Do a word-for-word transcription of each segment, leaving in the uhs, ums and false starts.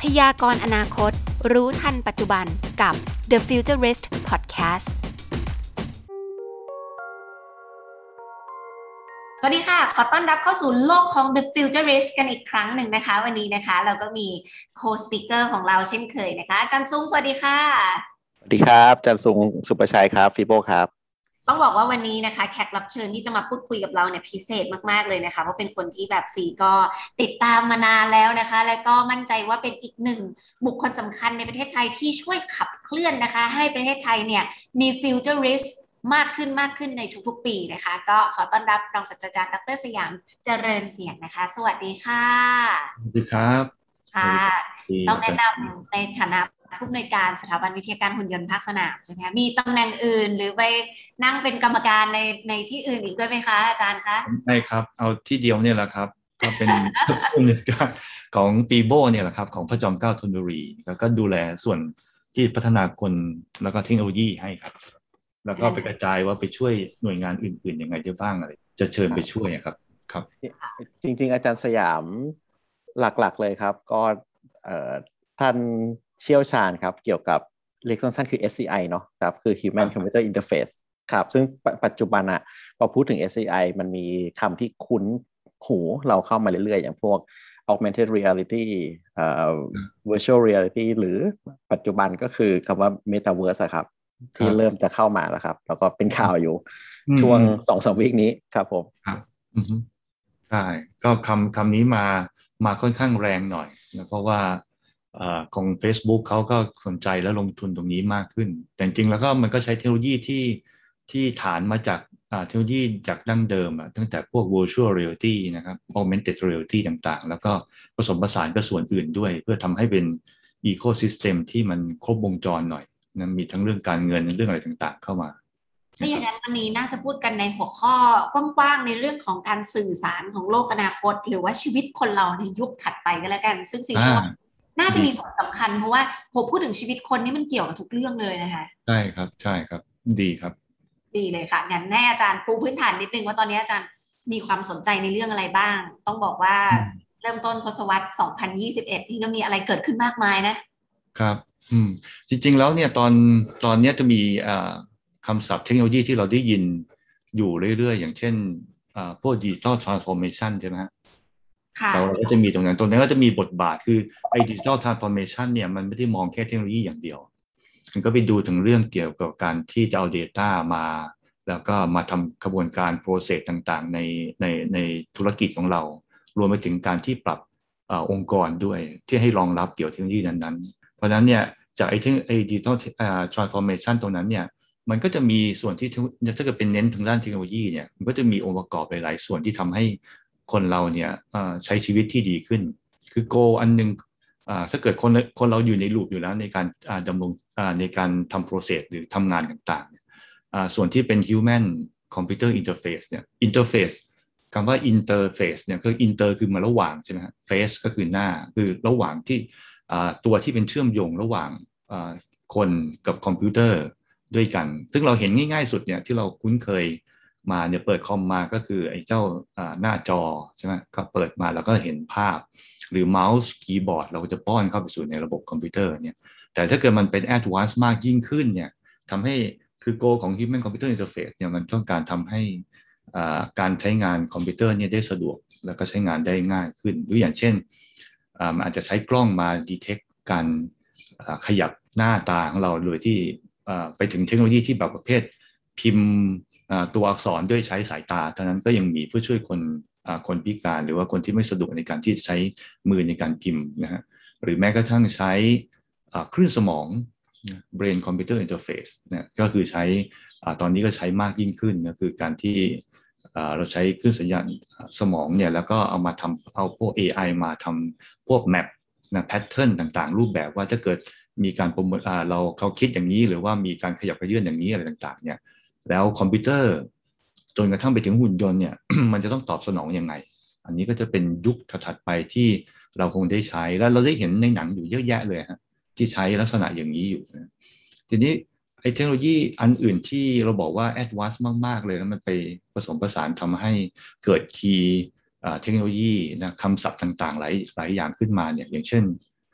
พยากรณ์อนาคตรู้ทันปัจจุบันกับ The Futurist Podcast สวัสดีค่ะขอต้อนรับเข้าสู่โลกของ The Futurist กันอีกครั้งหนึ่งนะคะวันนี้นะคะเราก็มี Co-Speaker ของเราเช่นเคยนะคะอาจารย์ซุงสวัสดีค่ะสวัสดีครับอาจารย์ซุงสุประชัยครับฟีโบครับต้องบอกว่าวันนี้นะคะแขกรับเชิญที่จะมาพูดคุยกับเราเนี่ยพิเศษมากๆเลยนะคะเพราะเป็นคนที่แบบสีก็ติดตามมานานแล้วนะคะและก็มั่นใจว่าเป็นอีกหนึ่งบุคคลสำคัญในประเทศไทยที่ช่วยขับเคลื่อนนะคะให้ประเทศไทยเนี่ยมี Futurist มากขึ้นมากขึ้นในทุกๆปีนะคะก็ขอต้อนรับรองศาสตราจารย์ดร.สยามเจริญเสียงนะคะสวัสดีค่ะสวัสดีครับค่ะต้องแนะนำในฐานะผู้อำนวยการสถาบันวิทยาการหุ่นยนต์ภาคสนามใช่ไหมคะมีตำแหน่งอื่นหรือไปนั่งเป็นกรรมการในในที่อื่นอีกด้วยไหมคะอาจารย์คะไม่ครับเอาที่เดียวเนี่ยแหละครับก็เป็นผู้อำนวยการของปีโบเนี่ยแหละครับของพระจอมเกล้าธนบุรีแล้วก็ดูแลส่วนที่พัฒนาคนแล้วก็เทคโนโลยีให้ครับแล้วก็ไปกระจายว่าไปช่วยหน่วยงานอื่นๆยังไงได้บ้างอะไรจะเชิญไปช่วยครับครับจริงๆอาจารย์สยามหลักๆเลยครับก็ท่านเชี่ยวชาญครับเกี่ยวกับเรียกสั้นๆคือ เอส ซี ไอ เนาะครับคือ Human Computer Interface ครับซึ่งปัจจุบันอะพอพูดถึง เอส ซี ไอ มันมีคำที่คุ้นหูเราเข้ามาเรื่อยๆอย่างพวก Augmented Reality เอ่อ Virtual Reality หรือปัจจุบันก็คือคำว่า Metaverse อะครับที่เริ่มจะเข้ามาแล้วครับแล้วก็เป็นข่าวอยู่ช่วง สองถึงสาม วีคนี้ครับผมครับอือฮึใช่ก็คำคำนี้มามาค่อนข้างแรงหน่อยนะเพราะว่าของ Facebook เขาก็สนใจและลงทุนตรงนี้มากขึ้นแต่จริงๆแล้วก็มันก็ใช้เทคโนโลยีที่ที่ฐานมาจากเทคโนโลยีจากดั้งเดิมอ่ะตั้งแต่พวก virtual reality นะครับ augmented reality ต่างๆแล้วก็ผสมผสานกับส่วนอื่นด้วยเพื่อทำให้เป็น ecosystem ที่มันครบวงจรหน่อยนะมีทั้งเรื่องการเงินเรื่องอะไรต่างๆเข้ามาถ้าอย่างนั้นวันนี้น่าจะพูดกันในหัวข้อกว้างๆในเรื่องของการสื่อสารของโลกอนาคตหรือว่าชีวิตคนเราในยุคถัดไปก็แล้วกันซึ่งสีชอบน่าจะมีส่วนสำคัญเพราะว่าผมพูดถึงชีวิตคนนี่มันเกี่ยวกับทุกเรื่องเลยนะคะใช่ครับใช่ครับดีครับดีเลยค่ะงั้นแน่อาจารย์ปูพื้นฐานนิดนึงว่าตอนนี้อาจารย์มีความสนใจในเรื่องอะไรบ้างต้องบอกว่าเริ่มต้นทศวรรษสองพันยี่สิบเอ็ดนี่ก็มีอะไรเกิดขึ้นมากมายนะครับอืมจริงๆแล้วเนี่ยตอนตอนนี้จะมีอ่าคำศัพท์เทคโนโลยีที่เราได้ยินอยู่เรื่อยๆอย่างเช่นพวก Digital Transformation ใช่ไหมฮะเราก็จะมีตรงนั้นตรงนั้นก็จะมีบทบาทคือไอ้ Digital Transformation เนี่ยมันไม่ได้มองแค่เทคโนโลยีอย่างเดียวมันก็ไปดูถึงเรื่องเกี่ยวกับการที่จะเอา data มาแล้วก็มาทำกระบวนการ process ต่างๆในในในธุรกิจของเรารวมไปถึงการที่ปรับอองค์กรด้วยที่ให้รองรับเกี่ยวกับเทคโนโลยีนั้นๆเพราะฉะนั้นเนี่ยจากไอ้ไอ้ Digital Transformation ตรงนั้นเนี่ยมันก็จะมีส่วนที่ถ้าเกิดเป็นเน้นทางด้านเทคโนโลยีเนี่ยมันก็จะมีองค์ประกอบหลายๆส่วนที่ทำให้คนเราเนี่ยใช้ชีวิตที่ดีขึ้นคือโกอันนึงถ้าเกิดคนคนเราอยู่ในลูปอยู่แล้วในการดำรงในการทำ process หรือทำงานต่างๆส่วนที่เป็น human computer interface เนี่ย interface คำว่า interface เนี่ยคือ inter คือมาระหว่างใช่ไหมครับ face ก็คือหน้าคือระหว่างที่ตัวที่เป็นเชื่อมโยงระหว่างคนกับคอมพิวเตอร์ด้วยกันซึ่งเราเห็นง่ายๆสุดเนี่ยที่เราคุ้นเคยมาเนี่ยเปิดคอมมาก็คือไอ้เจ้าหน้าจอใช่ไหมก็เปิดมาแล้วก็เห็นภาพหรือเมาส์คีย์บอร์ดเราก็จะป้อนเข้าไปสู่ในระบบคอมพิวเตอร์เนี่ยแต่ถ้าเกิดมันเป็น advanced มากยิ่งขึ้นเนี่ยทำให้คือ goal ของ human computer interface เนี่ยมันต้องการทำให้การใช้งานคอมพิวเตอร์เนี่ยได้สะดวกแล้วก็ใช้งานได้ง่ายขึ้นหรืออย่างเช่นอาจจะใช้กล้องมา detect การขยับหน้าตาของเราโดยที่ไปถึงเทคโนโลยีที่แบบประเภทพิมพ์ตัวอักษรด้วยใช้สายตาเท่านั้นก็ยังมีเพื่อช่วยคนคนพิการหรือว่าคนที่ไม่สะดวกในการที่จะใช้มือในการพิมพ์นะฮะหรือแม้กระทั่งใช้คลื่นสมอง brain computer interface เนี่ยก็คือใช้ตอนนี้ก็ใช้มากยิ่งขึ้นนะคือการที่เราใช้คลื่นสัญญาณสมองเนี่ยแล้วก็เอามาทำเอาพวก เอ ไอ มาทำพวก map นะ pattern ต่างๆรูปแบบว่าถ้าเกิดมีการประเมินเราเขาคิดอย่างนี้หรือว่ามีการขยับกระเยื่อนอย่างนี้อะไรต่างๆเนี่ยแล้วคอมพิวเตอร์จนกระทั่งไปถึงหุ่นยนต์เนี่ย มันจะต้องตอบสนองยังไงอันนี้ก็จะเป็นยุคถัดไปที่เราคงได้ใช้แล้วเราได้เห็นในหนังอยู่เยอะแยะเลยฮะที่ใช้ลักษณะอย่างนี้อยู่นะทีนี้ไอ้เทคโนโลยีอันอื่นที่เราบอกว่าแอดวานซ์มากๆเลยแล้วมันไปผสมผสานทำให้เกิดคีย์เทคโนโลยีนะคำศัพท์ต่างๆหลายหลายอย่างขึ้นมาเนี่ยอย่างเช่น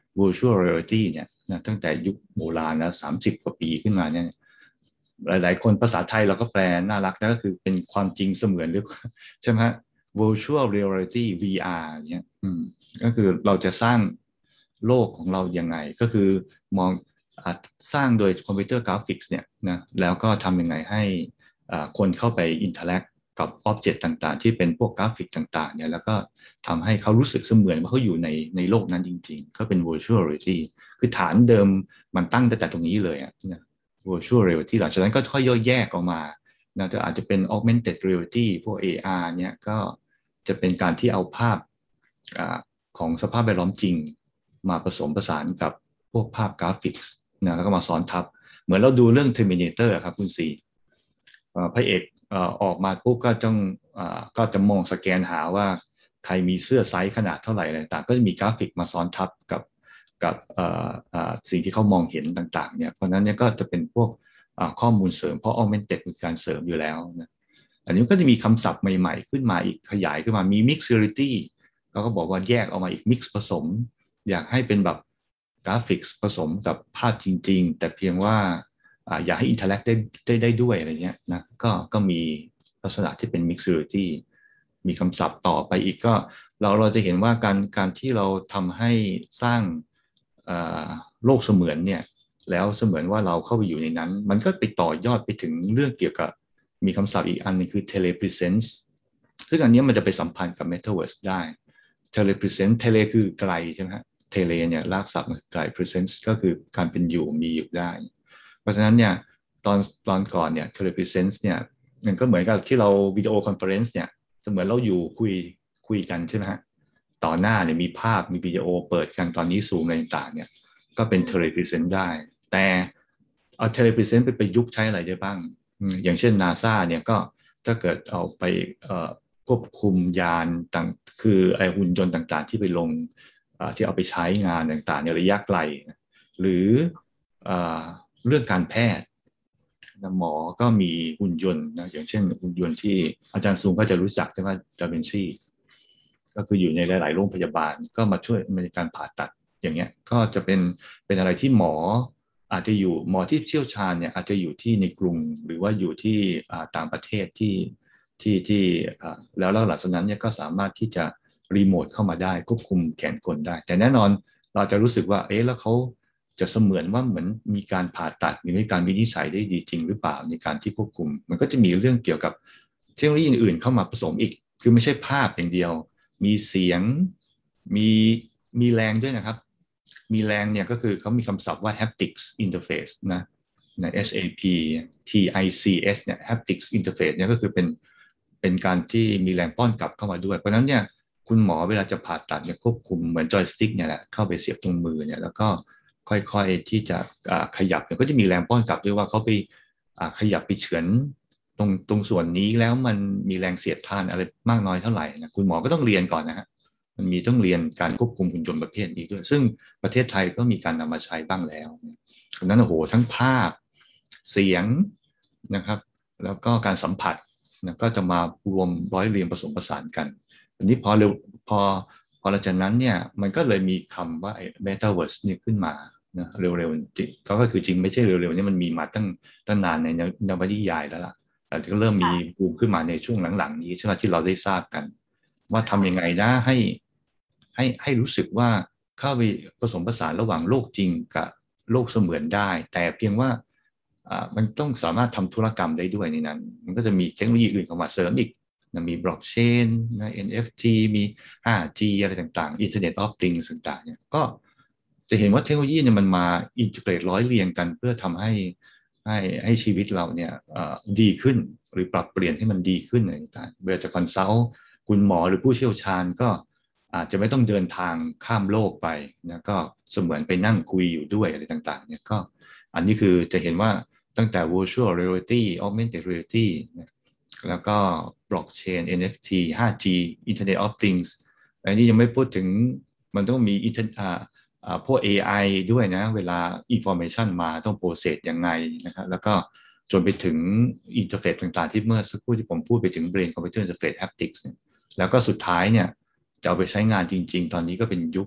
virtual reality เนี่ยนะตั้งแต่ยุคโบราณแล้วสามสิบกว่าปีขึ้นมาเนี่ยหลายๆคนภาษาไทยเราก็แปลน่ารักนะก็คือเป็นความจริงเสมือนหรือใช่ไหม virtual reality วี อาร์ เนี่ยอืมก็คือเราจะสร้างโลกของเรายังไงก็คือมองสร้างโดยคอมพิวเตอร์กราฟิกส์เนี่ยนะแล้วก็ทำยังไงให้คนเข้าไปอินเทอร์แอคกับอ็อบเจกต์ต่างๆที่เป็นพวกกราฟิกต่างๆเนี่ยแล้วก็ทำให้เขารู้สึกเสมือนว่าเขาอยู่ในในโลกนั้นจริงๆก็เป็น virtual reality คือฐานเดิมมันตั้งแต่ตรงนี้เลยนะ virtual reality หลังจากนั้นก็ค่อยย่อยแยกออกมานะแต่อาจจะเป็น augmented reality พวก เอ อาร์ เนี่ยก็จะเป็นการที่เอาภาพของสภาพแวดล้อมจริงมาผสมผสานกับพวกภาพกราฟิกส์นะแล้วก็มาซ้อนทับเหมือนเราดูเรื่อง Terminator ครับคุณซีพระเอกออกมาปุ๊บก็ต้องก็จะมองสแกนหาว่าใครมีเสื้อไซส์ขนาดเท่าไหร่อะไรต่างก็จะมีกราฟิกมาซ้อนทับกับกับสิ่งที่เขามองเห็นต่างๆเนี่ยเพราะนั้นเนี่ยก็จะเป็นพวกข้อมูลเสริมเพราะ augmented คือการเสริมอยู่แล้วนะอันนี้ก็จะมีคำศัพท์ใหม่ๆขึ้นมาอีกขยายขึ้นมามี mixed reality เขาก็บอกว่าแยกออกมาอีก mix ผสมอยากให้เป็นแบบกราฟิกผสมกับภาพจริงๆแต่เพียงว่าอยากให้ interact ได้ได้ได้ด้วยอะไรเงี้ยนะก็ก็มีลักษณะที่เป็น mixed reality มีคำศัพท์ต่อไปอีกก็เราเราจะเห็นว่าการการที่เราทำให้สร้างโลกเสมือนเนี่ยแล้วเสมือนว่าเราเข้าไปอยู่ในนั้นมันก็ไปต่อยอดไปถึงเรื่องเกี่ยวกับมีคำศัพท์อีกอันนึงคือ telepresence ซึ่งอันนี้มันจะไปสัมพันธ์กับ metaverse ได้ telepresence tele คือไกลใช่ไหมฮะ tele เนี่ยรากศัพท์ไกล presence ก็คือการเป็นอยู่มีอยู่ได้เพราะฉะนั้นเนี่ยตอนตอนก่อนเนี่ย telepresence เนี่ยมันก็เหมือนกับที่เราวิดีโอคอนเฟอเรนซ์เนี่ยเสมือนเราอยู่คุยคุยกันใช่ไหมฮะต่อหน้าเนี่ยมีภาพมีวิดีโอเปิดกันตอนนี้ซูมอะไรต่างๆเนี่ยก็เป็น telepresence ได้แต่เอา telepresence ไปประยุกต์ใช้อะไรได้บ้างอย่างเช่น NASA เนี่ยก็ถ้าเกิดเอาไปควบคุมยานต่างคือไอหุ่นยนต์ต่างๆที่ไปลงที่เอาไปใช้งานต่างๆในระยะไกลหรือเรื่องการแพทย์หมอก็มีหุ่นยนต์นะอย่างเช่นหุ่นยนต์ที่อาจารย์ซูงก็จะรู้จักใช่ไหมดาวินชีก็คืออยู่ในหลายๆโรงพยาบาลก็มาช่วยในการผ่าตัดอย่างเงี้ยก็จะเป็นเป็นอะไรที่หมออาจจะอยู่หมอที่เชี่ยวชาญเนี่ยอาจจะอยู่ที่ในกรุงหรือว่าอยู่ที่ต่างประเทศที่ที่ที่แล้วแล้วหลังจากนั้นเนี่ยก็สามารถที่จะรีโมทเข้ามาได้ควบคุมแขนกลได้แต่แน่นอนเราจะรู้สึกว่าเอ๊ะแล้วเขาจะเสมือนว่าเหมือนมีการผ่าตัดหรือมีการวินิจฉัยได้ดีจริงหรือเปล่าในการที่ควบคุมมันก็จะมีเรื่องเกี่ยวกับเทคโนโลยีอื่นๆเข้ามาผสมอีกคือไม่ใช่ภาพอย่างเดียวมีเสียงมีมีแรงด้วยนะครับมีแรงเนี่ยก็คือเขามีคำศัพท์ว่า haptics interface นะใน เอช เอ พี ที ไอ ซี เอส เนี่ย haptics interface เนี่ยก็คือเป็นเป็นการที่มีแรงป้อนกลับเข้ามาด้วยเพราะนั้นเนี่ยคุณหมอเวลาจะผ่าตัดเนี่ยควบคุมเหมือนจอยสติ๊กเนี่ยแหละเข้าไปเสียบตรงมือเนี่ยแล้วก็ค่อยๆที่จะขยับเนี่ยก็จะมีแรงป้อนกลับด้วยว่าเขาไปขยับไปเฉือนตรงตรงส่วนนี้แล้วมันมีแรงเสียดทานอะไรมากน้อยเท่าไหร่นะคุณหมอก็ต้องเรียนก่อนนะฮะมันมีต้องเรียนการควบคุมหุ่นยนต์ประเภทนี้ด้วยซึ่งประเทศไทยก็มีการนำมาใช้บ้างแล้วดังนั้นโอ้โหทั้งภาพเสียงนะครับแล้วก็การสัมผัสนะก็จะมารวมร้อยเรียงผสมผสานกันอันนี้พอเร็วพอพอหลังจากนั้นเนี่ยมันก็เลยมีคำว่า Metaverse นี่ขึ้นมานะเร็วๆจริงก็คือจริงไม่ใช่เร็วๆนี่มันมีมาตั้งตั้งนานในนวนิยายแล้วล่ะแต่ก็เริ่มมีบูมขึ้นมาในช่วงหลังๆนี้ใช่ไหมที่เราได้ทราบกันว่าทำยังไงนะให้ให้ให้รู้สึกว่าเข้าไปผสมผสานระหว่างโลกจริงกับโลกเสมือนได้แต่เพียงว่าอ่ามันต้องสามารถทำธุรกรรมได้ด้วยในนั้นมันก็จะมีเทคโนโลยีอื่นเข้ามาเสริมอีกนะมีบล็อกเชนนะ เอ็น เอฟ ที มี ไฟว์จี อะไรต่างๆ Internet of Things ต่างๆเนี่ยก็จะเห็นว่าเทคโนโลยีเนี่ยมันมาอินทิเกรตร้อยเรียงกันเพื่อทำให้ให้ให้ชีวิตเราเนี่ยดีขึ้นหรือปรับเปลี่ยนให้มันดีขึ้นอะไรต่างๆเวลาจะคอนซัลท์คุณหมอหรือผู้เชี่ยวชาญก็อาจจะไม่ต้องเดินทางข้ามโลกไปนะก็เสมือนไปนั่งคุยอยู่ด้วยอะไรต่างๆเนี่ยก็อันนี้คือจะเห็นว่าตั้งแต่ virtual reality augmented reality แล้วก็ blockchain เอ็น เอฟ ที ไฟว์จี Internet of Things อันนี้ยังไม่พูดถึงมันต้องมี Internet อ่าอ่าพวก เอ ไอ ด้วยนะเวลา information มาต้อง process ยังไงนะครับแล้วก็จนไปถึง interface ต่างๆที่เมื่อสักครู่ที่ผมพูดไปถึง brain computer interface haptics เนี่ยแล้วก็สุดท้ายเนี่ยจะเอาไปใช้งานจริงๆตอนนี้ก็เป็นยุค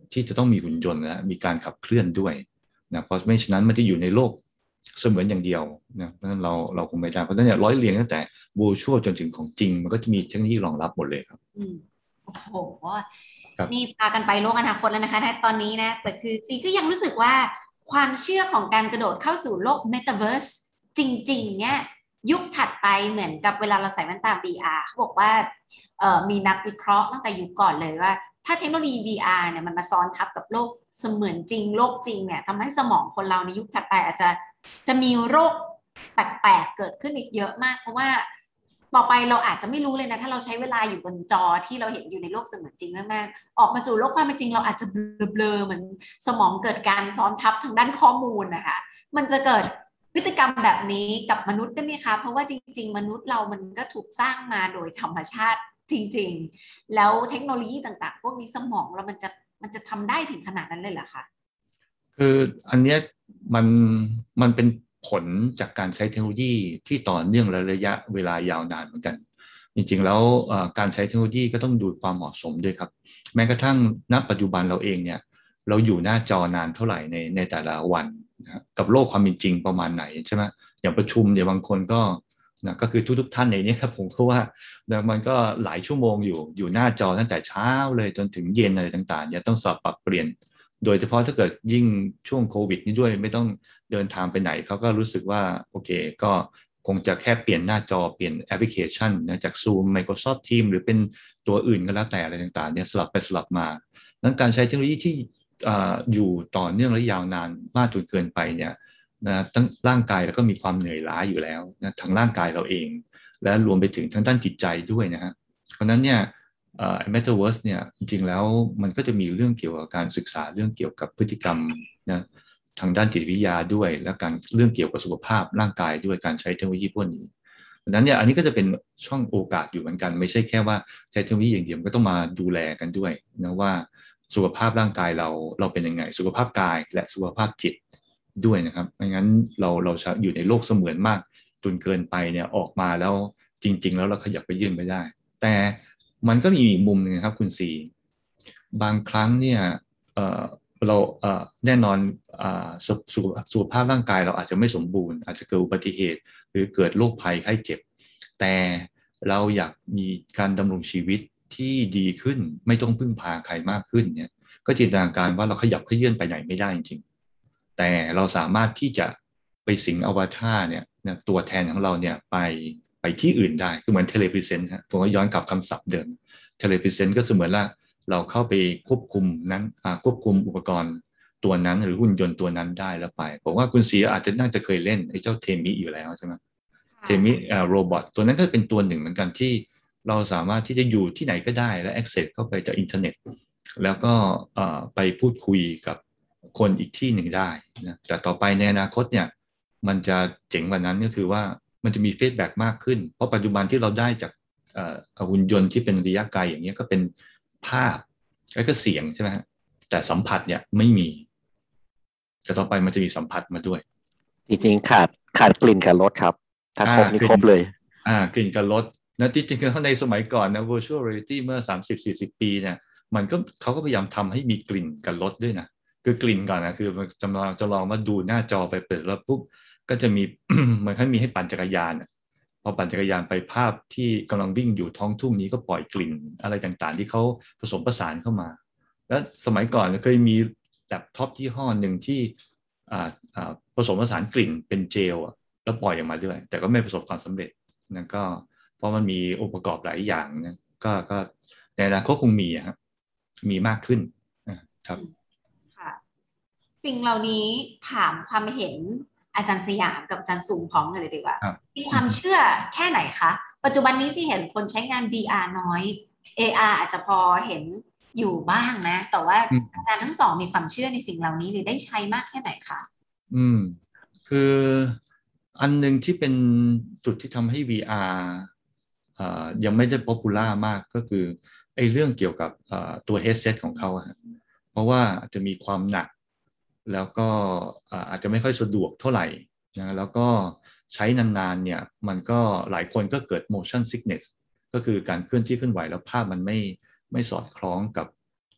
ที่จะต้องมีหุ่นยนต์และมีการขับเคลื่อนด้วยนะเพราะไม่ฉะนั้นมันจะอยู่ในโลกเสมือนอย่างเดียวนะเพราะฉะนั้นเราเราคงไม่ได้เพราะฉะนั้นเนี่ยร้อยเรียงตั้งแต่ virtual จนถึงของจริงมันก็จะมีเทคโนโลยีรองรับหมดเลยครับอืมโอ้โหนี่พากันไปโลกอนาคตแล้วนะคะในตอนนี้นะแต่คือซีก็ยังรู้สึกว่าความเชื่อของการกระโดดเข้าสู่โลก Metaverse จริงๆเนี่ยยุคถัดไปเหมือนกับเวลาเราใส่แว่นตา วี อาร์ เขาบอกว่าเอ่อมีนักวิเคราะห์ตั้งแต่ยุคก่อนเลยว่าถ้าเทคโนโลยี วี อาร์ เนี่ยมันมาซ้อนทับกับโลกเสมือนจริงโลกจริงเนี่ยทำให้สมองคนเราในยุคถัดไปอาจจะจะมีโรคแปลกๆเกิดขึ้นอีกเยอะมากเพราะว่าต่อไปเราอาจจะไม่รู้เลยนะถ้าเราใช้เวลาอยู่บนจอที่เราเห็นอยู่ในโลกเสมือนจริงมากๆออกมาสู่โลกความเป็นจริงเราอาจจะเบลอๆเหมือนสมองเกิดการซ้อนทับทางด้านข้อมูลนะคะมันจะเกิดพฤติกรรมแบบนี้กับมนุษย์ได้ไหมคะเพราะว่าจริงๆมนุษย์เรามันก็ถูกสร้างมาโดยธรรมชาติจริงๆแล้วเทคโนโลยีต่างๆพวกนี้สมองเรามันจะมันจะทำได้ถึงขนาดนั้นเลยเหรอคะคืออันเนี้ยมันมันเป็นผลจากการใช้เทคโนโลยีที่ต่อเนื่องและระยะเวลายาวนานเหมือนกันจริงๆแล้วการใช้เทคโนโลยีก็ต้องดูความเหมาะสมด้วยครับแม้กระทั่งณปัจจุบันเราเองเนี่ยเราอยู่หน้าจอนานเท่าไหร่ในในแต่ละวันนะกับโลกความเป็นจริงประมาณไหนใช่ไหมอย่างประชุมเนี่ยบางคนก็นะก็คือทุกๆท่านในนี้ครับผมเพราะว่ามันก็หลายชั่วโมงอยู่อยู่หน้าจอตั้งแต่เช้าเลยจนถึงเย็นอะไรต่างๆเนี่ยต้องสอบปรับเปลี่ยนโดยเฉพาะถ้าเกิดยิ่งช่วงโควิดนี้ด้วยไม่ต้องเดินทางไปไหนเขาก็รู้สึกว่าโอเคก็คงจะแค่เปลี่ยนหน้าจอเปลี่ยนแอปพลิเคชันนะจาก Zoom Microsoft Teams หรือเป็นตัวอื่นก็แล้วแต่อะไรต่างๆเนี่ยสลับไปสลับมาดังนั้นการใช้เทคโนโลยีที่อยู่ต่อเนื่องและยาวนานมากจนเกินไปเนี่ยนะทั้งร่างกายแล้วก็มีความเหนื่อยล้าอยู่แล้วนะทั้งร่างกายเราเองและรวมไปถึงทั้งด้านจิตใจด้วยนะฮะเพราะนั้นเนี่ยเอ่อ Metaverse เนี่ยจริงๆแล้วมันก็จะมีเรื่องเกี่ยวกับการศึกษาเรื่องเกี่ยวกับพฤติกรรมนะทางด้านจิตวิทยาด้วยและการเรื่องเกี่ยวกับสุขภาพร่างกายด้วยการใช้เทคโนโลยีพวกนี้ดังนั้นเนี่ยอันนี้ก็จะเป็นช่องโอกาสอยู่เหมือนกันไม่ใช่แค่ว่าใช้เทคโนโลยีอย่างเดียวก็ต้องมาดูแลกันด้วยนะว่าสุขภาพร่างกายเราเราเป็นยังไงสุขภาพกายและสุขภาพจิตด้วยนะครับไม่งั้นเราเราอยู่ในโลกเสมือนมากจนเกินไปเนี่ยออกมาแล้วจริงๆแล้วเราขยับไปยื่นไม่ได้แต่มันก็มีอีกมุมนึงครับคุณซีบางครั้งเนี่ยเอ่อเราเอ่อแน่นอนอ่าสุขสุขภาพร่างกายเราอาจจะไม่สมบูรณ์อาจจะเกิดอุบัติเหตุหรือเกิดโรคภัยไข้เจ็บแต่เราอยากมีการดำรงชีวิตที่ดีขึ้นไม่ต้องพึ่งพาใครมากขึ้นเนี่ยก็จินตนาการว่าเราขยับเขยื่อนไปไหนไม่ได้จริงๆแต่เราสามารถที่จะไปสิงอวตารเนี่ยตัวแทนของเราเนี่ยไปไปที่อื่นได้คือเหมือนเทเลพรีเซนต์ฮะผมก็ย้อนกลับคำศัพท์เดิมเทเลพรีเซนต์ก็เสมือนว่าเราเข้าไปควบคุมนั้นควบคุมอุปกรณ์ตัวนั้นหรือหุ่นยนต์ตัวนั้นได้แล้วไปผมว่าคุณสีอาจจะน่าจะเคยเล่นไอ้เจ้าเทมิอยู่แล้วใช่ไหมเทมิโรบอทตัวนั้นก็เป็นตัวหนึ่งเหมือนกันที่เราสามารถที่จะอยู่ที่ไหนก็ได้และ access เข้าไปจากอินเทอร์เน็ตแล้วก็ไปพูดคุยกับคนอีกที่หนึ่งได้นะแต่ต่อไปในอนาคตเนี่ยมันจะเจ๋งกว่านั้นก็คือว่ามันจะมีฟีดแบ็กมากขึ้นเพราะปัจจุบันที่เราได้จากหุ่นยนต์ที่เป็นระยะไกลอย่างนี้ก็เป็นภาพแล้วก็เสียงใช่ไหมฮะแต่สัมผัสเนี่ยไม่มีแต่ต่อไปมันจะมีสัมผัสมาด้วยจริงๆขาดขาดกลิ่นกับรสครับถ้าครบนี่ครบเลยอ่ากลิ่นกับรสนะจริงๆแล้วในสมัยก่อนนะ virtual reality เมื่อ สามสิบสี่สิบ ปีเนี่ยมันก็เขาก็พยายามทำให้มีกลิ่นกับรสด้วยนะคือกลิ่นก่อนนะคือจำลองจะลองมาดูหน้าจอไปเปิดแล้วปุ๊บก็จะมี เหมือนเขามีให้ปั่นจักรยานพอปั่นจักรยานไปภาพที่กำลังวิ่งอยู่ท้องทุ่งนี้ก็ปล่อยกลิ่นอะไรต่างๆที่เขาผสมผสานเข้ามาแล้วสมัยก่อนเคยมีแล็ปท็อปยี่ห้อหนึ่งที่ผสมผสานกลิ่นเป็นเจลแล้วปล่อยออกมาด้วยแต่ก็ไม่ประสบความสำเร็จนั่นก็เพราะมันมีองค์ประกอบหลายอย่างนะก็ก็ในอนาคตคงมีครับมีมากขึ้นครับค่ะสิ่งเหล่านี้ถามความเห็นอาจารย์สยามกับอาจารย์สุงพร้อมกันเลยดีกว่ามีความเชื่อแค่ไหนคะปัจจุบันนี้สิเห็นคนใช้งาน วี อาร์ น้อย เอ อาร์ อาจจะพอเห็นอยู่บ้างนะแต่ว่าอาจารย์ทั้งสองมีความเชื่อในสิ่งเหล่านี้หรือได้ใช้มากแค่ไหนคะอืมคืออันนึงที่เป็นจุดที่ทำให้ วี อาร์ อ่ายังไม่ได้ป๊อปปูล่ามากก็คือไอ้เรื่องเกี่ยวกับตัว headset ของเขาอะเพราะว่าอาจจะมีความหนักแล้วก็อาจจะไม่ค่อยสะดวกเท่าไหร่นะแล้วก็ใช้นานๆเนี่ยมันก็หลายคนก็เกิด motion sickness ก็คือการเคลื่อนที่เคลื่อนไหวแล้วภาพมันไม่ไม่สอดคล้องกับ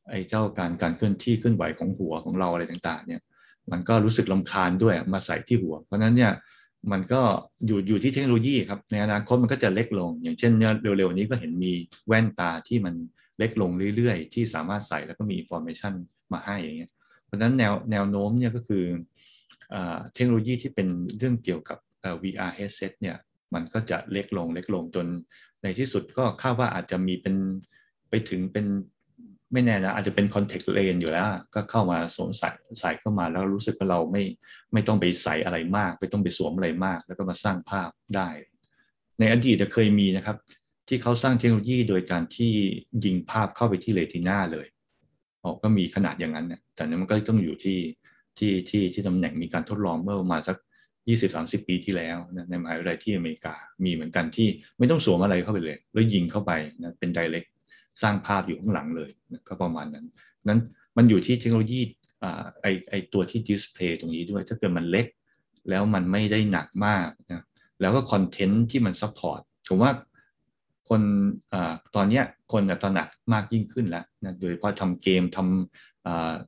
ไอ้เจ้าการการเคลื่อนที่เคลื่อนไหวของหัวของเราอะไรต่างๆเนี่ยมันก็รู้สึกรำคาญด้วยมาใส่ที่หัวเพราะนั้นเนี่ยมันก็อยู่อยู่ที่เทคโนโลยีครับในอนาคตมันก็จะเล็กลงอย่างเช่นเนี่ยเร็วๆนี้ก็เห็นมีแว่นตาที่มันเล็กลงเรื่อยๆที่สามารถใส่แล้วก็มี information มาให้อย่างเงี้ยเพราะฉะนั้นแนวแนวโน้มเนี่ยก็คือเทคโนโลยีที่เป็นเรื่องเกี่ยวกับ วี อาร์ headset เนี่ยมันก็จะเล็กลงเล็กลงจนในที่สุดก็คาดว่าอาจจะมีเป็นไปถึงเป็นไม่แน่นะอาจจะเป็น contact lens อยู่แล้วก็เข้ามาสวมใส่ใส่เข้ามาแล้วรู้สึกว่าเราไม่ไม่ต้องไปใส่อะไรมากไม่ต้องไปสวมอะไรมากแล้วก็มาสร้างภาพได้ในอดีตเคยมีนะครับที่เขาสร้างเทคโนโลยีโดยการที่ยิงภาพเข้าไปที่เรตินาเลยอ๋อก็มีขนาดอย่างนั้นเนี่ยแต่นั้นมันก็ต้องอยู่ที่ที่ที่ที่ตำแหน่งมีการทดลองเมื่อประมาณสัก ยี่สิบถึงสามสิบ ปีที่แล้วนะในมหาวิทยาลัยที่อเมริกามีเหมือนกันที่ไม่ต้องสวมอะไรเข้าไปเลยแล้วยิงเข้าไปนะเป็น direct สร้างภาพอยู่ข้างหลังเลยนะก็ประมาณนั้นนั้นมันอยู่ที่เทคโนโลยีอ่าไอไอตัวที่ display ตรงนี้ด้วยถ้าเกิดมันเล็กแล้วมันไม่ได้หนักมากนะแล้วก็คอนเทนต์ที่มัน support ผมว่าคนอ่าตอนนี้คนตระหนักมากยิ่งขึ้นแล้วนะโดยเฉพาะทำเกมทำอ่า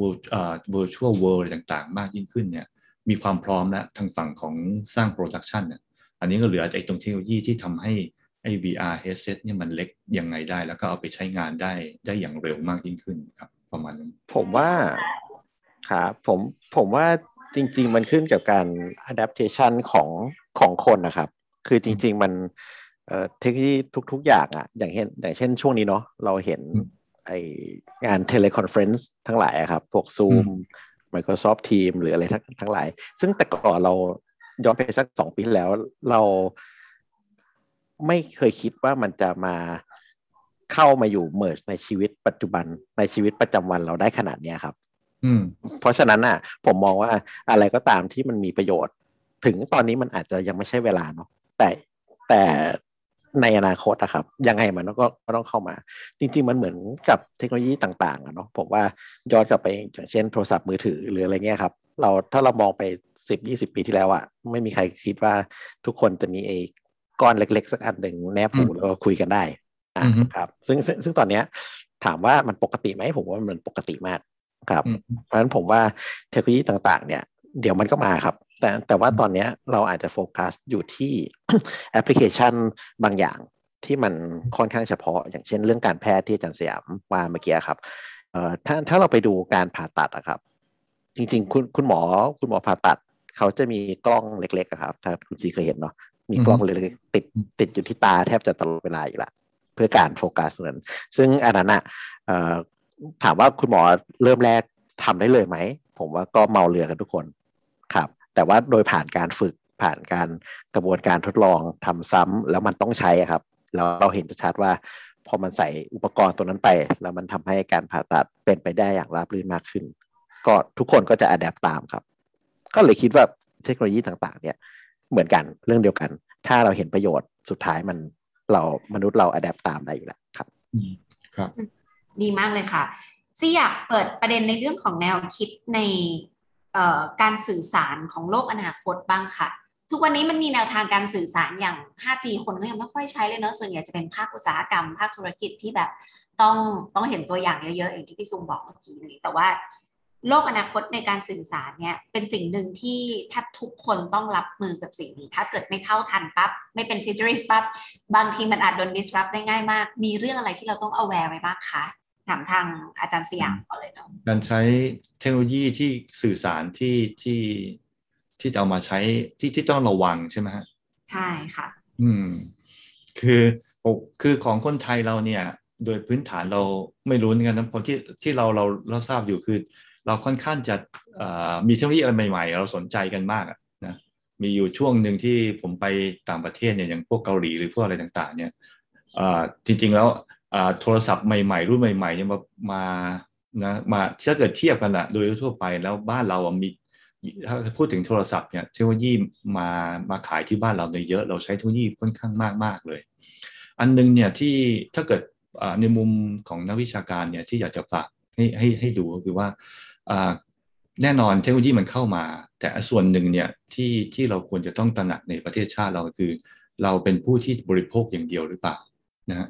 virtual world อะไรต่างๆมากยิ่งขึ้นเนี่ยมีความพร้อมแล้วทางฝั่งของสร้างโปรดักชันเนี่ยอันนี้ก็เหลือไอ้ตรงเทคโนโลยีที่ทำให้ไอ้ วี อาร์ headset เนี่ยมันเล็กยังไงได้แล้วก็เอาไปใช้งานได้ได้อย่างเร็วมากยิ่งขึ้นครับประมาณนั้นผมว่าครับผมผมว่าจริงๆมันขึ้นกับการ adaptation ของของคนนะครับคือจริงๆมันเอ่อเทคโนโลยีทุกๆอย่างอ่ะอย่างเช่นอย่างเช่นช่วงนี้เนาะเราเห็นไองาน teleconference ทั้งหลายครับพวก Zoom Microsoft Teams หรืออะไรทั้งทั้งหลายซึ่งแต่ก่อนเราย้อนไปสักสองปีแล้วเราไม่เคยคิดว่ามันจะมาเข้ามาอยู่ merge ในชีวิตปัจจุบันในชีวิตประจำวันเราได้ขนาดนี้ครับเพราะฉะนั้นน่ะผมมองว่าอะไรก็ตามที่มันมีประโยชน์ถึงตอนนี้มันอาจจะยังไม่ใช่เวลาเนาะแต่แต่ในอนาคตอะครับยังไงมันก็ต้องเข้ามาจริงๆมันเหมือนกับเทคโนโลยีต่างๆอะเนาะผมว่าย้อนกลับไปอย่างเช่นโทรศัพท์มือถือหรืออะไรเงี้ยครับเราถ้าเรามองไป สิบถึงยี่สิบ ปีที่แล้วอะไม่มีใครคิดว่าทุกคนจะมีไอ้ก้อนเล็กๆสักอันหนึ่งแนบหูแล้วก็คุยกันได้อ่าครับซึ่งซึ่งซึ่งตอนเนี้ยถามว่ามันปกติไหมผมว่ามันปกติมากครับเพราะฉะนั้นผมว่าเทคโนโลยีต่างๆเนี่ยเดี๋ยวมันก็มาครับแต่แต่ว่าตอนนี้เราอาจจะโฟกัสอยู่ที่แอปพลิเคชันบางอย่างที่มันค่อนข้างเฉพาะอย่างเช่นเรื่องการแพทย์ที่อาจารย์สยามว่าเมื่อกี้ครับเอ่อถ้าถ้าเราไปดูการผ่าตัดอะครับจริงๆคุณคุณหมอคุณหมอผ่าตัดเขาจะมีกล้องเล็กๆครับถ้าคุณซีเคยเห็นเนาะมีกล้องเล็กๆติดติดอยู่ที่ตาแทบจะตลอดเวลาอยู่ละเพื่อการโฟกัสนั้นซึ่งอันนั้นอะถามว่าคุณหมอเริ่มแรกทำได้เลยไหมผมว่าก็เมาเรือกันทุกคนครับแต่ว่าโดยผ่านการฝึกผ่านการกระบวนการทดลองทำซ้ำแล้วมันต้องใช้ครับแล้วเราเห็นชัดว่าพอมันใส่อุปกรณ์ตัวนั้นไปแล้วมันทำให้การผ่าตัดเป็นไปได้อย่างราบรื่นมากขึ้นก็ทุกคนก็จะอัดแอปตามครับก็เลยคิดว่าเทคโนโลยีต่างๆเนี่ยเหมือนกันเรื่องเดียวกันถ้าเราเห็นประโยชน์สุดท้ายมันเรามนุษย์เราอัดแอปตามได้อยู่แล้วครับครับดีมากเลยค่ะซี่อยากเปิดประเด็นในเรื่องของแนวคิดในการสื่อสารของโลกอนาคตบ้างค่ะทุกวันนี้มันมีแนวทางการสื่อสารอย่าง ห้าจี คนก็ยังไม่ค่อยใช้เลยเนอะส่วนใหญ่จะเป็นภาคอุตสาหกรรมภาคธุรกิจที่แบบต้องต้องเห็นตัวอย่างเยอะๆอย่างที่พี่ซุงบอกเมื่อกี้นี้แต่ว่าโลกอนาคตในการสื่อสารเนี่ยเป็นสิ่งหนึ่งที่ถ้าทุกคนต้องรับมือกับสิ่งนี้ถ้าเกิดไม่เท่าทันปั๊บไม่เป็น futurist ปั๊บบางทีมันอาจโดน disrupt ได้ง่ายมากมีเรื่องอะไรที่เราต้อง aware ไว้บ้างคะถามทางอาจารย์สยามก่อนเลยเนาะการใช้เทคโนโลยีที่สื่อสารที่ที่ที่จะเอามาใช้ที่ที่ต้องระวังใช่ไหมฮะใช่ค่ะอืมคือคือของคนไทยเราเนี่ยโดยพื้นฐานเราไม่รู้กันนะเพราะที่ที่เราเราเราทราบอยู่คือเราค่อนข้างจะมีเทคโนโลยีอะไรใหม่ๆเราสนใจกันมากนะมีอยู่ช่วงหนึ่งที่ผมไปต่างประเทศเนี่ยอย่างพวกเกาหลีหรือพวกอะไรต่างๆเนี่ยจริงๆแล้วโทรศัพท์ใหม่ๆรุ่นใหม่ๆเนี่ยมามานะมาถ้าเกิดเทียบกันอะโดยทั่วไปแล้วบ้านเรามีถ้าพูดถึงโทรศัพท์เนี่ยเทคโนโลยีมามาขายที่บ้านเราเนี่ยเยอะเราใช้เทคโนโลยีค่อนข้างมากมากเลยอันนึงเนี่ยที่ถ้าเกิดในมุมของนักวิชาการเนี่ยที่อยากจะฝากให้ให้ให้ดูก็คือว่าแน่นอนเทคโนโลยีมันเข้ามาแต่ส่วนหนึ่งเนี่ยที่ที่เราควรจะต้องตระหนักในประเทศชาติเราคือเราเป็นผู้ที่บริโภคอย่างเดียวหรือเปล่านะ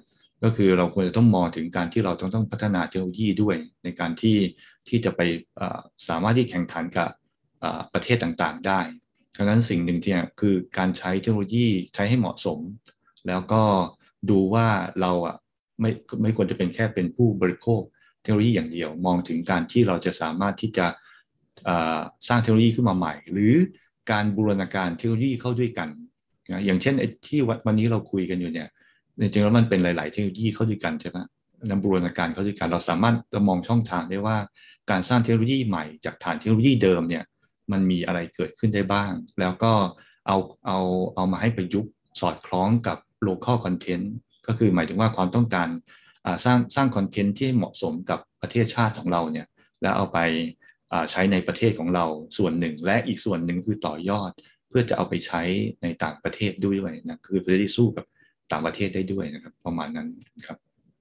ก็คือเราควรจะต้องมองถึงการที่เราต้องต้องพัฒนาเทคโนโลยีด้วยในการที่ที่จะไปสามารถที่แข่งขันกับประเทศต่างๆได้ดังนั้นสิ่งหนึ่งที่คือการใช้เทคโนโลยีใช้ให้เหมาะสมแล้วก็ดูว่าเราอ่ะไม่ไม่ควรจะเป็นแค่เป็นผู้บริโภคเทคโนโลยีอย่างเดียวมองถึงการที่เราจะสามารถที่จะสร้างเทคโนโลยีขึ้นมาใหม่หรือการบูรณาการเทคโนโลยีเข้าด้วยกันนะอย่างเช่นที่วันนี้เราคุยกันอยู่เนี่ยจริงๆแล้วมันเป็นหลายๆเทคโนโลยีเข้าด้วยกันใช่ไหมนำบูรณาการเข้าด้วยกันเราสามารถมองช่องทางได้ว่าการสร้างเทคโนโลยีใหม่จากฐานเทคโนโลยีเดิมเนี่ยมันมีอะไรเกิดขึ้นได้บ้างแล้วก็เอาเอาเอามาให้ประยุกต์สอดคล้องกับ local content ก็คือหมายถึงว่าความต้องการสร้างสร้างคอนเทนต์ที่เหมาะสมกับประเทศชาติของเราเนี่ยแล้วเอาไปใช้ในประเทศของเราส่วนหนึ่งและอีกส่วนหนึ่งคือต่อยอดเพื่อจะเอาไปใช้ในต่างประเทศด้วยนะคือเพื่อที่สู้กับต่างประเทศได้ด้วยนะครับประมาณนั้นครับ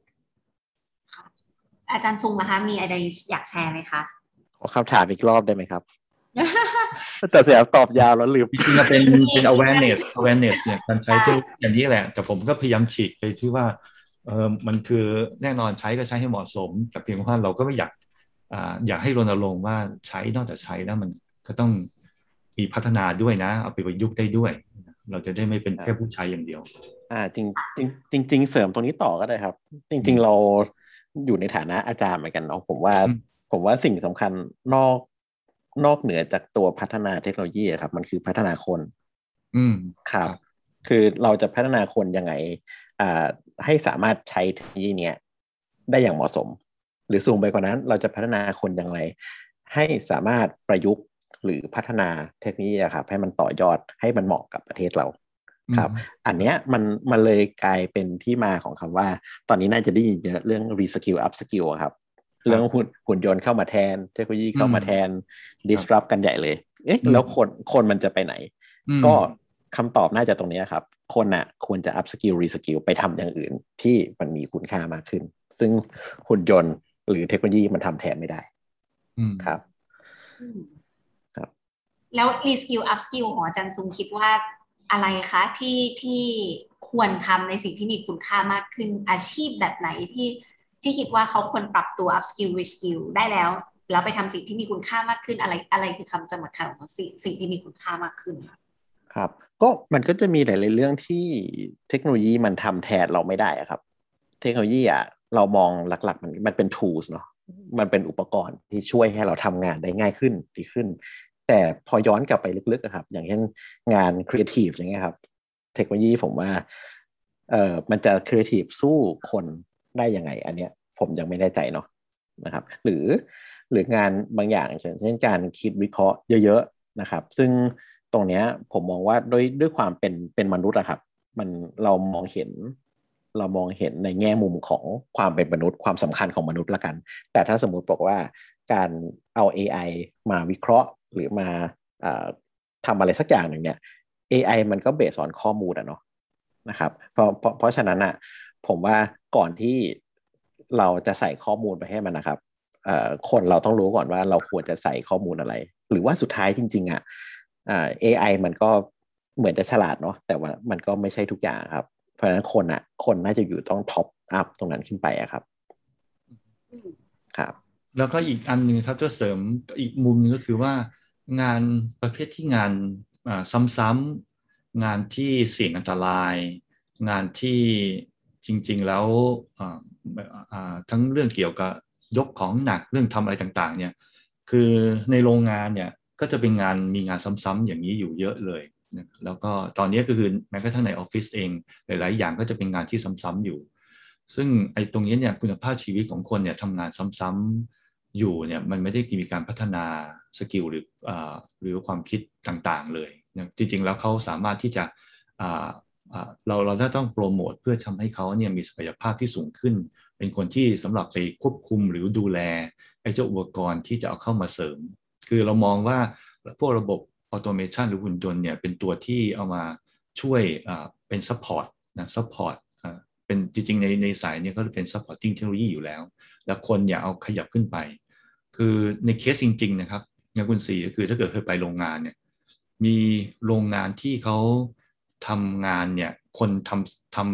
อาจารย์ซุงนะคะมีอะไรอยากแชร์ไหมคะขอคำถามอีกรอบได้ไหมครับ แต่เสียตอบยาวแล้วลืมจริงๆเป็นเป็น awareness awareness เนี่ยการใช้เทคโนโลยีอย่างนี้แหละแต่ผมก็พยายามฉีกไปที่ว่าเออมันคือแน่นอนใช้ก็ใช้ให้เหมาะสมแต่เพียงว่าเราก็ไม่อยากอ่าอยากให้รณรงค์ว่าใช้นอกจากใช้แล้วมันก็ต้องมีพัฒนาด้วยนะเอาไปประยุกต์ได้ด้วยเราจะได้ไม่เป็นแค่ผู้ใช้อย่างเดียวอ่าจริงจริงจริงเสริมตรงนี้ต่อก็ได้ครับจริงๆเราอยู่ในฐานะอาจารย์เหมือนกันเนาะผมว่าผมว่าสิ่งสำคัญนอกนอกเหนือจากตัวพัฒนาเทคโนโลยีครับมันคือพัฒนาคนอืมครับคือเราจะพัฒนาคนยังไงอ่าให้สามารถใช้เทคโนโลยีเนี้ยได้อย่างเหมาะสมหรือสูงไปกว่านั้นเราจะพัฒนาคนอย่างไรให้สามารถประยุกต์หรือพัฒนาเทคโนโลยีครับให้มันต่อยอดให้มันเหมาะกับประเทศเราครับอันเนี้ยมันมันเลยกลายเป็นที่มาของคำว่าตอนนี้น่าจะได้ยินเรื่อง reskill upskill ครับเรื่องหุ่นหุ่นยนต์เข้ามาแทนเทคโนโลยีเข้ามาแทน disrupt กันใหญ่เลยเอ๊ะแล้วคนคนมันจะไปไหนก็คำตอบน่าจะตรงนี้ครับคนน่ะควรจะ upskill reskill ไปทำอย่างอื่นที่มันมีคุณค่ามากขึ้นซึ่งหุ่นยนต์หรือเทคโนโลยีมันทำแทนไม่ได้ครับครับแล้ว reskill upskill ของอาจารย์ซุงคิดว่าอะไรคะที่ที่ควรทำในสิ่งที่มีคุณค่ามากขึ้นอาชีพแบบไหนที่ที่คิดว่าเขาควรปรับตัว upskill reskill ได้แล้วแล้วไปทำสิ่งที่มีคุณค่ามากขึ้นอะไรอะไรคือคำจำกัดของสิ่งสิ่งที่มีคุณค่ามากขึ้นครับก็มันก็จะมีหลายๆเรื่องที่เทคโนโลยีมันทำแทนเราไม่ได้ครับเทคโนโลยีอ่ะเรามองหลักๆมันมันเป็น tools เนาะมันเป็นอุปกรณ์ที่ช่วยให้เราทำงานได้ง่ายขึ้นดีขึ้นแต่พอย้อนกลับไปลึกๆครับอย่างเช่นงานครีเอทีฟอย่างเงี้ยครับเทคโนโลยีผมว่าเอ่อมันจะครีเอทีฟสู้คนได้ยังไงอันเนี้ยผมยังไม่แน่ใจเนาะนะครับหรือหรืองานบางอย่างเช่นการคิดวิเคราะห์เยอะๆนะครับซึ่งตรงเนี้ยผมมองว่าด้วยด้วยความเป็นเป็นมนุษย์อะครับมันเรามองเห็นเรามองเห็นในแง่มุมของความเป็นมนุษย์ความสำคัญของมนุษย์ละกันแต่ถ้าสมมุติบอกว่าการเอา เอ ไอ มาวิเคราะห์หรือมาทำอะไรสักอย่างหนึ่งเนี่ย เอ ไอ มันก็เบสออนข้อมูลอะเนาะนะครับเพราะเพราะเพราะฉะนั้นอะผมว่าก่อนที่เราจะใส่ข้อมูลไปให้มันนะครับคนเราต้องรู้ก่อนว่าเราควรจะใส่ข้อมูลอะไรหรือว่าสุดท้ายจริงๆอะอ่า เอ ไอ มันก็เหมือนจะฉลาดเนาะแต่ว่ามันก็ไม่ใช่ทุกอย่างครับเพราะฉะนั้นคนอะคนน่าจะอยู่ต้องท็อปอัพตรงนั้นขึ้นไปอะครับครับแล้วก็อีกอันนึงครับจะเสริมอีกมุมนึงก็คือว่างานประเภทที่งานซ้ำๆงานที่เสี่ยงอันตรายงานที่จริงๆแล้วทั้งเรื่องเกี่ยวกับยกของหนักเรื่องทำอะไรต่างๆเนี่ยคือในโรงงานเนี่ยก็จะเป็นงานมีงานซ้ำๆอย่างนี้อยู่เยอะเลยนะแล้วก็ตอนนี้ก็คือแม้กระทั่งในออฟฟิศเองหลายๆอย่างก็จะเป็นงานที่ซ้ำๆอยู่ซึ่งไอ้ตรงนี้เนี่ยคุณภาพชีวิตของคนเนี่ยทำงานซ้ำๆอยู่เนี่ยมันไม่ได้มีการพัฒนาสกิลหรืออ่าหรือความคิดต่างๆเลยนะจริงๆแล้วเขาสามารถที่จะอ่าเราเราต้องโปรโมทเพื่อทำให้เขาเนี่ยมีศักยภาพที่สูงขึ้นเป็นคนที่สำหรับไปควบคุมหรือดูแลไอ้เจ้าอุปกรณ์ที่จะเอาเข้ามาเสริมคือเรามองว่าพวกระบบออโตเมชันหรือหุ่นยนต์เนี่ยเป็นตัวที่เอามาช่วยเป็นซัพพอร์ตนะซัพพอร์ตเป็นจริงๆในในสายเนี่ยก็จะเป็น supporting เทคโนโลยีอยู่แล้วแล้วคนอย่าเอาขยับขึ้นไปคือในเคสจริงๆนะครับอย่างคุณสีก็คือถ้าเกิดเคยไปโรงงานเนี่ยมีโรงงานที่เขาทำงานเนี่ยคนทำท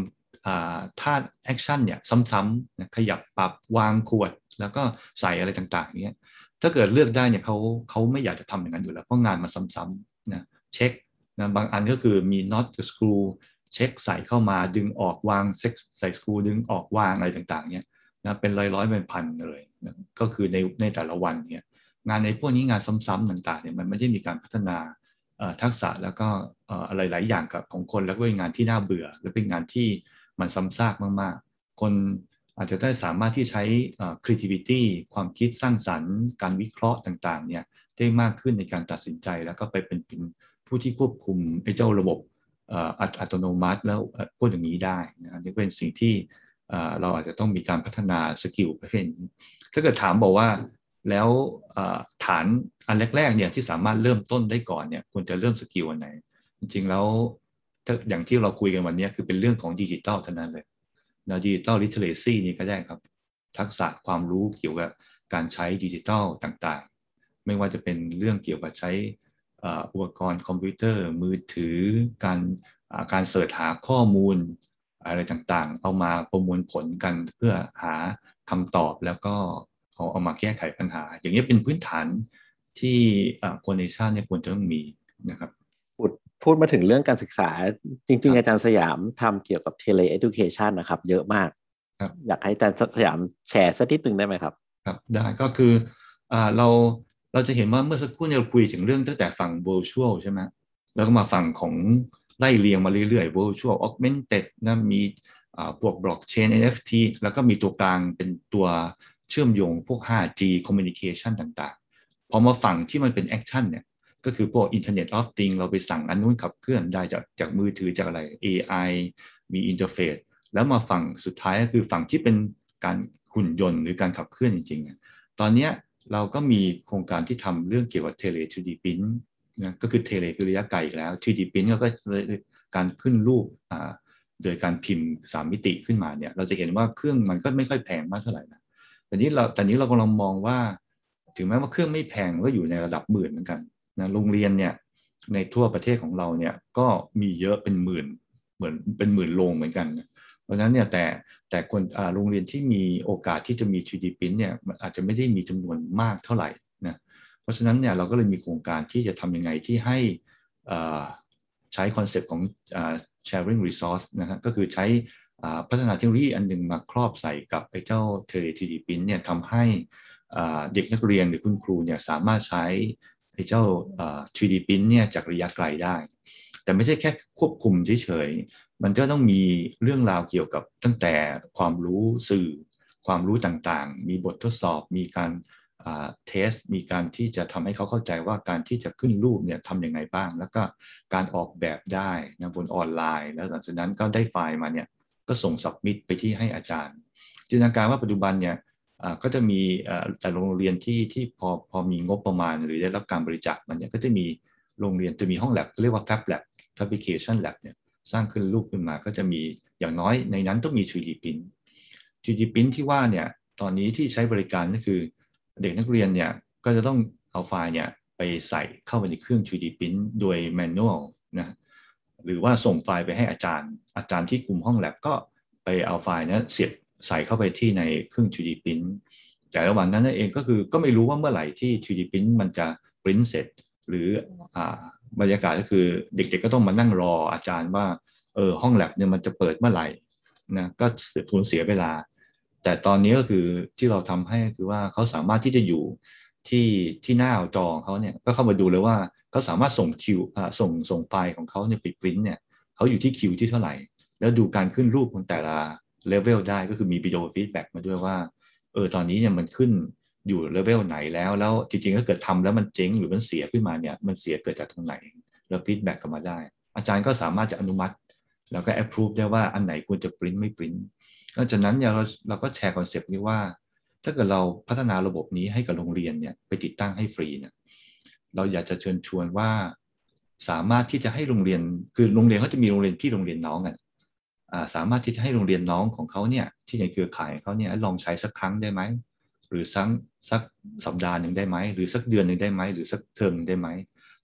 ท่าแอคชั่นเนี่ยซ้ำๆนะขยับปรับวางขวดแล้วก็ใส่อะไรต่างๆเนี้ยถ้าเกิดเลือกได้เนี่ยเขาเขาไม่อยากจะทำอย่างนั้นอยู่แล้วเพราะงานมันซ้ำๆนะเช็คนะบางอันก็คือมีน็อตกับสกรูเช็คใส่เข้ามาดึงออกวางใส่สกรูดึงออกวางอะไรต่างๆเนี่ยนะเป็นร้อยๆเป็นพันเลยนะก็คือในในแต่ละวันเนี่ยงานในพวกนี้งานซ้ำๆต่างๆเนี่ยมันไม่ได้มีการพัฒนาทักษะแล้วก็อะไรหลายอย่างกับของคนแล้วก็เป็นงานที่น่าเบื่อหรือเป็นงานที่มันซ้ำซากมากๆคนอาจจะได้สามารถที่ใช้ creativity ความคิดสร้างสรรค์การวิเคราะห์ต่างๆเนี่ยได้มากขึ้นในการตัดสินใจแล้วก็ไปเป็นผู้ที่ควบคุมไอ้เจ้าระบบอัตโนมัติแล้วพูดอย่างนี้ได้นะนี่เป็นสิ่งที่เราอาจจะต้องมีการพัฒนาสกิลประเภทนี้ถ้าเกิดถามบอกว่าแล้วฐานอันแรกๆเนี่ยที่สามารถเริ่มต้นได้ก่อนเนี่ยควรจะเริ่มสกิลอันไหนจริงๆแล้วอย่างที่เราคุยกันวันนี้คือเป็นเรื่องของดิจิทัลเท่านั้นเลยนะดิจิทัลลิเทเรซีนี่ก็ได้ครับทักษะความรู้เกี่ยวกับการใช้ดิจิทัลต่างๆไม่ว่าจะเป็นเรื่องเกี่ยวกับใช้อุปกรณ์คอมพิวเตอร์มือถือการการเสิร์ชหาข้อมูลอะไรต่างๆเอามาประมวลผลกันเพื่อหาคำตอบแล้วก็เอาเอามาแก้ไขปัญหาอย่างนี้เป็นพื้นฐานที่คนในชาติเนี่ยควรจะต้องมีนะครับพูดพูดมาถึงเรื่องการศึกษาจริงๆอาจารย์สยามทำเกี่ยวกับ tele education นะครับเยอะมากอยากให้อาจารย์สยามแชร์สักนิดนึงได้ไหมครับครับได้ก็คืออ่าเราเราจะเห็นว่าเมื่อสักครู่เราคุยถึงเรื่องตั้งแต่ฝั่ง virtual ใช่ไหมแล้วก็มาฝั่งของไล่เรียงมาเรื่อยๆ virtual augmented นะมีอ่าพวก blockchain เอ็น เอฟ ที แล้วก็มีตัวกลางเป็นตัวเชื่อมโยงพวก ไฟว์จี communication ต่างๆพอมาฝั่งที่มันเป็น action เนี่ยก็คือพวก Internet of Things เราไปสั่งอันนู้นขับเคลื่อนได้จากจากมือถือจากอะไร เอ ไอ มีอินเทอร์เฟซแล้วมาฝั่งสุดท้ายก็คือฝั่งที่เป็นการหุ่นยนต์หรือการขับเคลื่อนจริงๆตอนนี้เราก็มีโครงการที่ทำเรื่องเกี่ยวกับ Tele ทรี ดี Print นะก็คือ Tele คือระยะไกลอีกแล้ว ทรี ดี Print ก็การขึ้นรูปโดยการพิมพ์สามมิติขึ้นมาเนี่ยเราจะเห็นว่าเครื่องมันก็ไม่ค่อยแพงมากเท่าไหร่นะแต่นี้เราแต่นี้เรากำลังมองว่าถึงแม้ว่าเครื่องไม่แพงก็อยู่ในระดับหมื่นเหมือนกันนะโรงเรียนเนี่ยในทั่วประเทศของเราเนี่ยก็มีเยอะเป็นหมื่นเหมือนเป็นหมื่นโรงเหมือนกันเพราะฉะนั้นเนี่ยแต่แต่คนโรงเรียนที่มีโอกาสที่จะมี ทรี ดี Print เนี่ยอาจจะไม่ได้มีจำนวนมากเท่าไหร่นะเพราะฉะนั้นเนี่ยเราก็เลยมีโครงการที่จะทำยังไงที่ให้ใช้คอนเซปต์ของ sharing resource นะฮะก็คือใช้พัฒนาเทคโนโลยีอันหนึ่งมาครอบใส่กับไอ้เจ้า Tele ทรี ดี Print เนี่ยทำให้เด็กนักเรียนหรือคุณครูเนี่ยสามารถใช้ไอ้เจ้า ทรี ดี Print เนี่ยจากระยะไกลได้แต่ไม่ใช่แค่ควบคุมเฉยๆมันก็ต้องมีเรื่องราวเกี่ยวกับตั้งแต่ความรู้สื่อความรู้ต่างๆมีบททดสอบมีการเทสมีการที่จะทำให้เขาเข้าใจว่าการที่จะขึ้นรูปเนี่ยทำยังไงบ้างแล้วก็การออกแบบได้นะบนออนไลน์แล้วหลังจากนั้นก็ได้ไฟล์มาเนี่ยก็ส่งสับมิตไปที่ให้อาจารย์จินตนาการว่าปัจจุบันเนี่ยก็จะมีแต่โรงเรียนที่ที่พอพอมีงบประมาณหรือได้รับการบริจาคมันเนี่ยก็จะมีโรงเรียนจะมีห้องแลบเรียกว่า Fab Lab Fabrication Lab เนี่ยสร้างขึ้นรูปขึ้นมาก็จะมีอย่างน้อยในนั้นต้องมี ทรี ดี Print ทรี ดี Print ที่ว่าเนี่ยตอนนี้ที่ใช้บริการก็คือเด็กนักเรียนเนี่ยก็จะต้องเอาไฟล์เนี่ยไปใส่เข้าไปในเครื่อง ทรี ดี Print โดย manual นะหรือว่าส่งไฟล์ไปให้อาจารย์อาจารย์ที่คุมห้องแลบก็ไปเอาไฟล์นี้เสียบใส่เข้าไปที่ในเครื่อง ทรี ดี Print แต่ระหว่างนั้นเองก็คือก็ไม่รู้ว่าเมื่อไหร่ที่ ทรี ดี Print มันจะ print เสร็จหรืออ่าบรรยากาศก็คือเด็กๆก็ต้องมานั่งรออาจารย์ว่าเออห้องแลบเนี่ยมันจะเปิดเมื่อไหร่นะก็สูญเสียเวลาแต่ตอนนี้ก็คือที่เราทำให้คือว่าเขาสามารถที่จะอยู่ที่ที่หน้าจอเขาเนี่ยก็เข้ามาดูเลยว่าเขาสามารถส่งคิวอ่าส่งส่งไฟล์ของเขาเนี่ยไปปริ้นเนี่ยเขาอยู่ที่คิวที่เท่าไหร่แล้วดูการขึ้นรูปของแต่ละเลเวลได้ก็คือมีวิดีโอฟีดแบ็กมาด้วยว่าเออตอนนี้เนี่ยมันขึ้นอยู่เลเวลไหนแล้วแล้วจริงๆถ้าเกิดทำแล้วมันเจ๊งหรือมันเสียขึ้นมาเนี่ยมันเสียเกิดจากตรงไหนแล้วฟีดแบ็กกลับมาได้อาจารย์ก็สามารถจะอนุมัติแล้วก็ approve ได้ว่าอันไหนควรจะปริ้นไม่ปริ้นนอกจากนั้นเนี่ยเราเราก็แชร์คอนเซปต์นี้ว่าถ้าเกิดเราพัฒนาระบบนี้ให้กับโรงเรียนเนี่ยไปติดตั้งให้ฟรีเนี่ยเราอยากจะเชิญชวนว่าสามารถที่จะให้โรงเรียนคือโรงเรียนเขาจะมีโรงเรียนพี่โรงเรียนน้องอ่ะสามารถที่จะให้โรงเรียนน้องของเขาเนี่ยที่ในเครือข่ายเขาเนี่ยลองใช้สักครั้งได้ไหมหรือสักสักสัปดาห์หนึ่งได้ไหมหรือสักเดือนหนึ่งได้ไหมหรือสักเทอมได้ไหม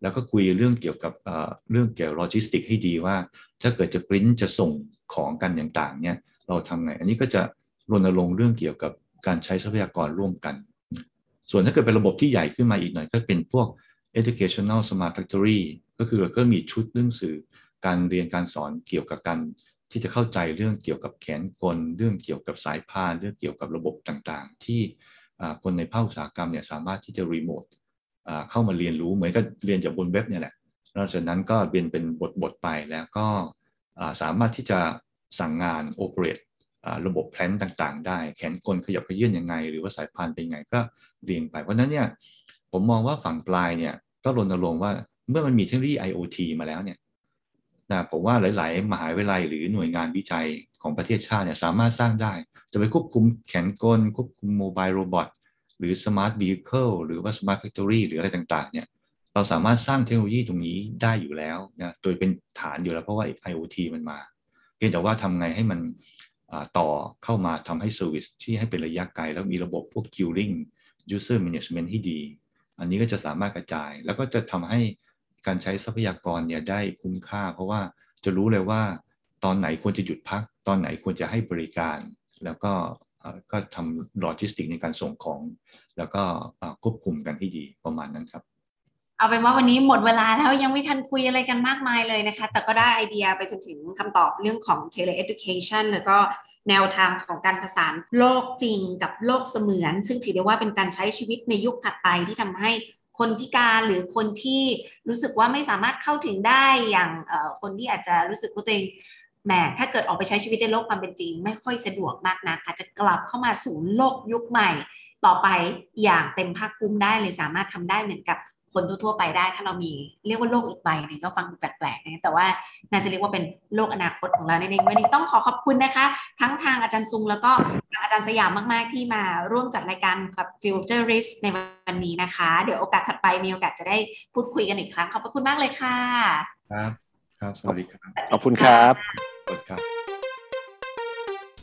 แล้วก็คุยเรื่องเกี่ยวกับเรื่องเกี่ยวกับโลจิสติกให้ดีว่าถ้าเกิดจะปริ้นจะส่งของกันต่างๆเนี่ยเราทำไงอันนี้ก็จะรณรงค์เรื่องเกี่ยวกับการใช้ทรัพยากรร่วมกันส่วนถ้าเกิดเป็นระบบที่ใหญ่ขึ้นมาอีกหน่อยก็เป็นพวก educational smart factory ก็คือก็มีชุดเรื่องสื่อการเรียนการสอนเกี่ยวกับการที่จะเข้าใจเรื่องเกี่ยวกับแขนกลเรื่องเกี่ยวกับสายพานเรื่องเกี่ยวกับระบบต่างๆที่คนในภาคอุตสาหกรรมเนี่ยสามารถที่จะรีโมทเข้ามาเรียนรู้เหมือนกับเรียนจากบนเว็บเนี่ยแหละนอกจากนั้นก็เรียนเป็นบทๆไปแล้วก็สามารถที่จะสั่งงานโอเปเรตระบบแพลนต่างๆได้แขนกลขยับเขยื้อนยังไงหรือว่าสายพานเป็นยังไงก็เรียนไปเพราะนั้นเนี่ยผมมองว่าฝั่งปลายเนี่ยก็รณรงค์ว่าเมื่อมันมีเทคโนโลยี ไอ โอ ที มาแล้วเนี่ยนะผมว่าหลายๆมหาวิทยาลัยหรือหน่วยงานวิจัยของประเทศชาติเนี่ยสามารถสร้างได้จะไปควบคุมแขนกลควบคุมโมบายโรบอทหรือ smart vehicle หรือว่า smart factory หรืออะไรต่างๆเนี่ยเราสามารถสร้างเทคโนโลยีตรงนี้ได้อยู่แล้วนะโดยเป็นฐานอยู่แล้วเพราะว่า ไอ โอ ที มันมาเพียงแต่ว่าทำไงให้มันต่อเข้ามาทำให้ service ที่ให้เป็นระยะไกลแล้วมีระบบพวก queuing user management ที่ดีอันนี้ก็จะสามารถกระจายแล้วก็จะทำให้การใช้ทรัพยากรเนี่ยได้คุ้มค่าเพราะว่าจะรู้เลยว่าตอนไหนควรจะหยุดพักตอนไหนควรจะให้บริการแล้วก็ก็ทำโลจิสติกในการส่งของแล้วก็ควบคุมกันให้ดีประมาณนั้นครับเอาเป็นว่าวันนี้หมดเวลาแล้วยังไม่ทันคุยอะไรกันมากมายเลยนะคะแต่ก็ได้ไอเดียไปจนถึงคำตอบเรื่องของ tele education แล้วก็แนวทางของการผสานโลกจริงกับโลกเสมือนซึ่งถือได้ว่าเป็นการใช้ชีวิตในยุคถัดไปที่ทำให้คนพิการหรือคนที่รู้สึกว่าไม่สามารถเข้าถึงได้อย่างคนที่อาจจะรู้สึกว่าตัวเองแหมถ้าเกิดออกไปใช้ชีวิตในโลกความเป็นจริงไม่ค่อยสะดวกมากนักอาจจะกลับเข้ามาสู่โลกยุคใหม่ต่อไปอย่างเต็มภาคภูมิได้เลยสามารถทำได้เหมือนกับคนทั่วๆไปได้ถ้าเรามีเรียกว่าโลกอีกใบนึงก็ฟังดูแปลกๆนะแต่ว่าน่าจะเรียกว่าเป็นโลกอนาคตของเราในวันนี้ต้องขอขอบคุณนะคะทั้งทางอาจารย์ซุงแล้วก็อาจารย์สยามมากๆที่มาร่วมจัดรายการกับ Futurist ในวันนี้นะคะเดี๋ยวโอกาสถัดไปมีโอกาสจะได้พูดคุยกันอีกครั้งขอบพระคุณมากเลยค่ะครับครับสวัสดีครับขอบคุณครับขอบคุณครับ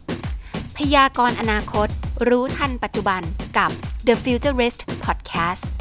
พยากรณ์อนาคตรู้ทันปัจจุบันกับ The Futurist Podcast